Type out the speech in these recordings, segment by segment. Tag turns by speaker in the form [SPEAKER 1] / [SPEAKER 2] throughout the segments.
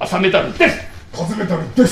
[SPEAKER 1] 朝メタルです。
[SPEAKER 2] カズメタルです。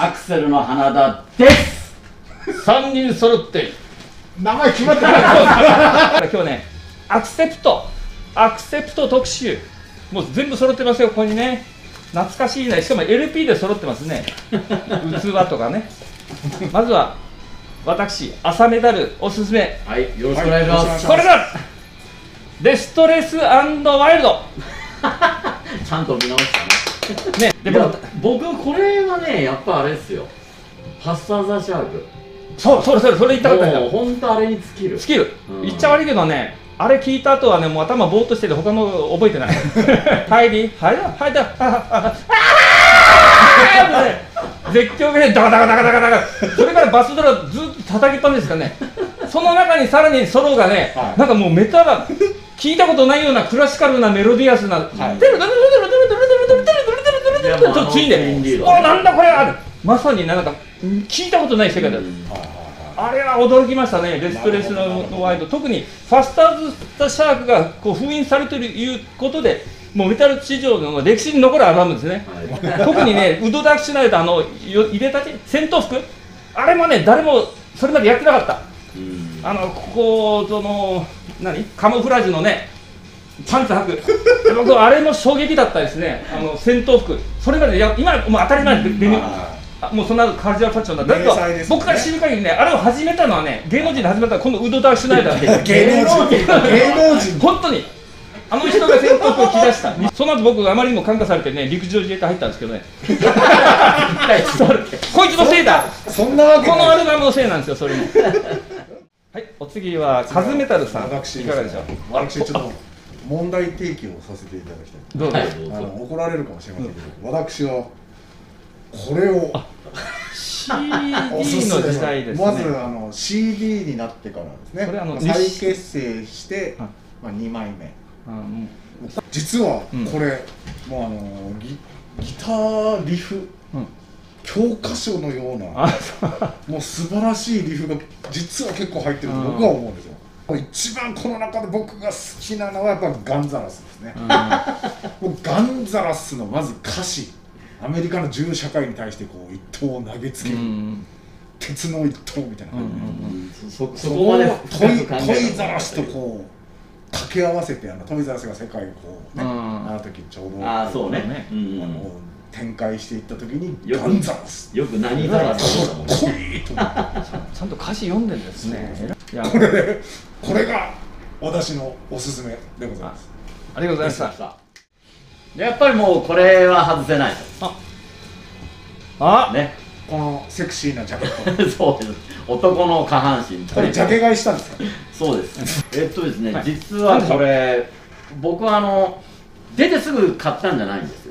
[SPEAKER 3] アクセルの花田です。
[SPEAKER 1] 3人揃って
[SPEAKER 2] 名前決まってない
[SPEAKER 1] 今日ね、アクセプト特集、もう全部揃ってますよ、ここにね。懐かしいね、しかも LP で揃ってますね。器とかね。まずは私、朝メダルおすすめ、
[SPEAKER 3] はい、よろしくお願いします。
[SPEAKER 1] これだ、デストレス&ワイルド。
[SPEAKER 3] ちゃんと見直したね。
[SPEAKER 1] で
[SPEAKER 3] 僕これはね、やっぱあれですよ、ファスターザシャーク。
[SPEAKER 1] それ言ったかったんだよ。
[SPEAKER 3] 本当あれに尽きる。
[SPEAKER 1] スキル、言っちゃ悪いけどね、あれ聞いた後はね、もう頭ぼーっとしてて、他の覚えてない。はいだ、絶叫でダカダカダカダカダカ、それからバスドラずっと叩きっぱなしですからね。その中にさらにソロがね、なんかもうメタが聞いたことないようなクラシカルなメロディアスな、ちょっとついで、なんだこれは、まさになんか聞いたことない世界だった。あれは驚きましたね、デストレスのワイド、特にファスターズ・ザ・シャークがこう封印されているいうことで、もうメタル史上の歴史に残るアルバムですね、特にね、ウドダックシュナイダーの入れたて、戦闘服、あれもね、誰もそれまでやってなかった、カモフラージュのね、パンツ履く、僕、あれも衝撃だったですね、戦闘服、それまで今、もう当たり前で、もうそんなカルチャーファッションだったけど、僕から知る限りね、あれを始めたのはね、芸能人で始めたのは、このウドダー・シュナイダーで、
[SPEAKER 2] 芸能人
[SPEAKER 1] 本当に、あの人が戦闘服を着出した、その後僕、あまりにも感化されてね、陸上自衛隊入ったんですけどね、こいつのせいだ、
[SPEAKER 2] そんなわけ
[SPEAKER 1] このアルバムのせいなんですよ、それも。はい、お次はカズメタルさん、いかがでしょう。
[SPEAKER 2] 私、ちょっと問題提起をさせていただきたい。
[SPEAKER 1] どうぞ。
[SPEAKER 2] 怒られるかもしれませんけど、私はこれを
[SPEAKER 1] CD の時代ですね。
[SPEAKER 2] まずCD になってからですね、再結成して2枚目。実はこれもうギターリフ教科書のようなもう素晴らしいリフが実は結構入ってると僕は思うんですよ。一番この中で僕が好きなのはやっぱガンザラスですね。もうガンザラスのまず歌詞、アメリカの銃社会に対してこう一刀を投げつける鉄の一刀みたいな感じで、そこまでトイザラスとこう掛け合わせて、トイザラスが世界をこうね、あの時ちょうど展開していった時にガンザラス、
[SPEAKER 3] よく何ザラス
[SPEAKER 2] かっこいいと思って
[SPEAKER 1] ちゃんと歌詞読んでるんですね。
[SPEAKER 2] これが私のおすすめでございます。
[SPEAKER 1] ありがとうございました。
[SPEAKER 3] やっぱりもうこれは外せない。ね、
[SPEAKER 2] このセクシーなジャケット。
[SPEAKER 3] そうです。男の下半身。
[SPEAKER 2] これジャケ買いしたんですか？
[SPEAKER 3] そうです。ですね、実はこれ僕は出てすぐ買ったんじゃないんですよ。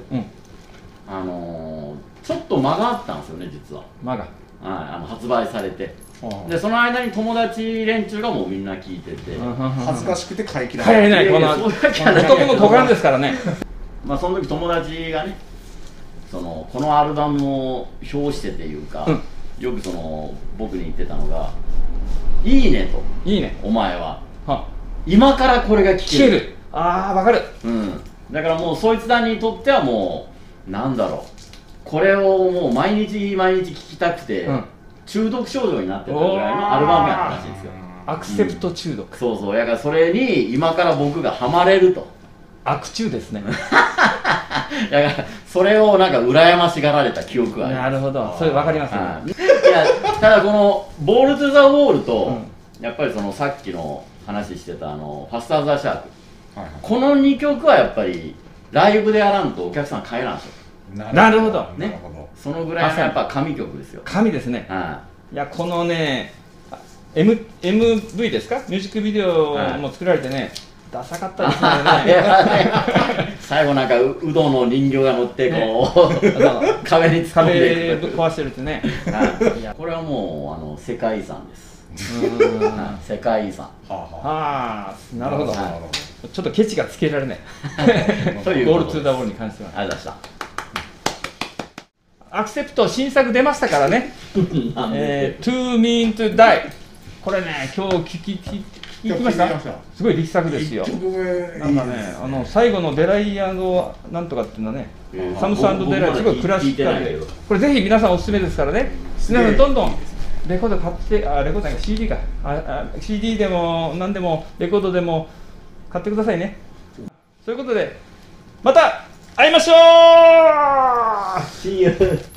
[SPEAKER 3] ちょっと間があったんですよね、実は。間が。発売されて。でその間に友達連中がもうみんな聞いてて、
[SPEAKER 2] 恥ずかしくて買い切ら
[SPEAKER 1] ない。買えない、この男の股間ですからね。
[SPEAKER 3] まあその時友達がね、このアルバムを表してていうか、よく僕に言ってたのが「いいね」と「いいねお前は今からこれが聴ける」
[SPEAKER 1] ああ分かる。
[SPEAKER 3] だからもうそいつらにとってはもうなんだろう、これをもう毎日毎日聴きたくて中毒症状になってたぐらいのアルバムやったらしいんですよ。
[SPEAKER 1] アクセプト中毒。
[SPEAKER 3] そうそう、だからそれに今から僕がハマれると。
[SPEAKER 1] 悪中ですね。
[SPEAKER 3] だからそれをなんか羨ましがられた記憶がある。
[SPEAKER 1] なるほど、それ分かりますね。
[SPEAKER 3] いや、ただこの「ボール・トゥ・ザ・ウォール」とやっぱりさっきの話してた「ファスター・ザ・シャーク」、この2曲はやっぱりライブでやらんとお客さん帰らんでしょ。
[SPEAKER 1] なるほど
[SPEAKER 3] ね、そのぐらいのやっぱ神曲ですよ。
[SPEAKER 1] 神ですね。いや、このね MV ですか、ミュージックビデオも作られてね、ダサかったですね。
[SPEAKER 3] 最後なんかうどの人形が乗ってこう壁に突っ込んで
[SPEAKER 1] ぶっ壊してるってね。
[SPEAKER 3] これはもう世界遺産です。世界遺産。
[SPEAKER 1] なるほど。ちょっとケチがつけられない。ゴール・トゥ・ザ・ウォールに関しては。
[SPEAKER 3] ありがとうございました。
[SPEAKER 1] アクセプト新作出ましたからね。Too Mean to Die。これね、今日聞きました？すごい力作ですよ。なんかね、最後のデライなんとかっていうのはね、サムス&デライ、すごいクラシックで、これぜひ皆さんおすすめですからね。皆さんどんどんレコード買って、レコードじゃない CD か、CD でも何でもレコードでも買ってくださいね。そういうことで、また会いましょう。See you.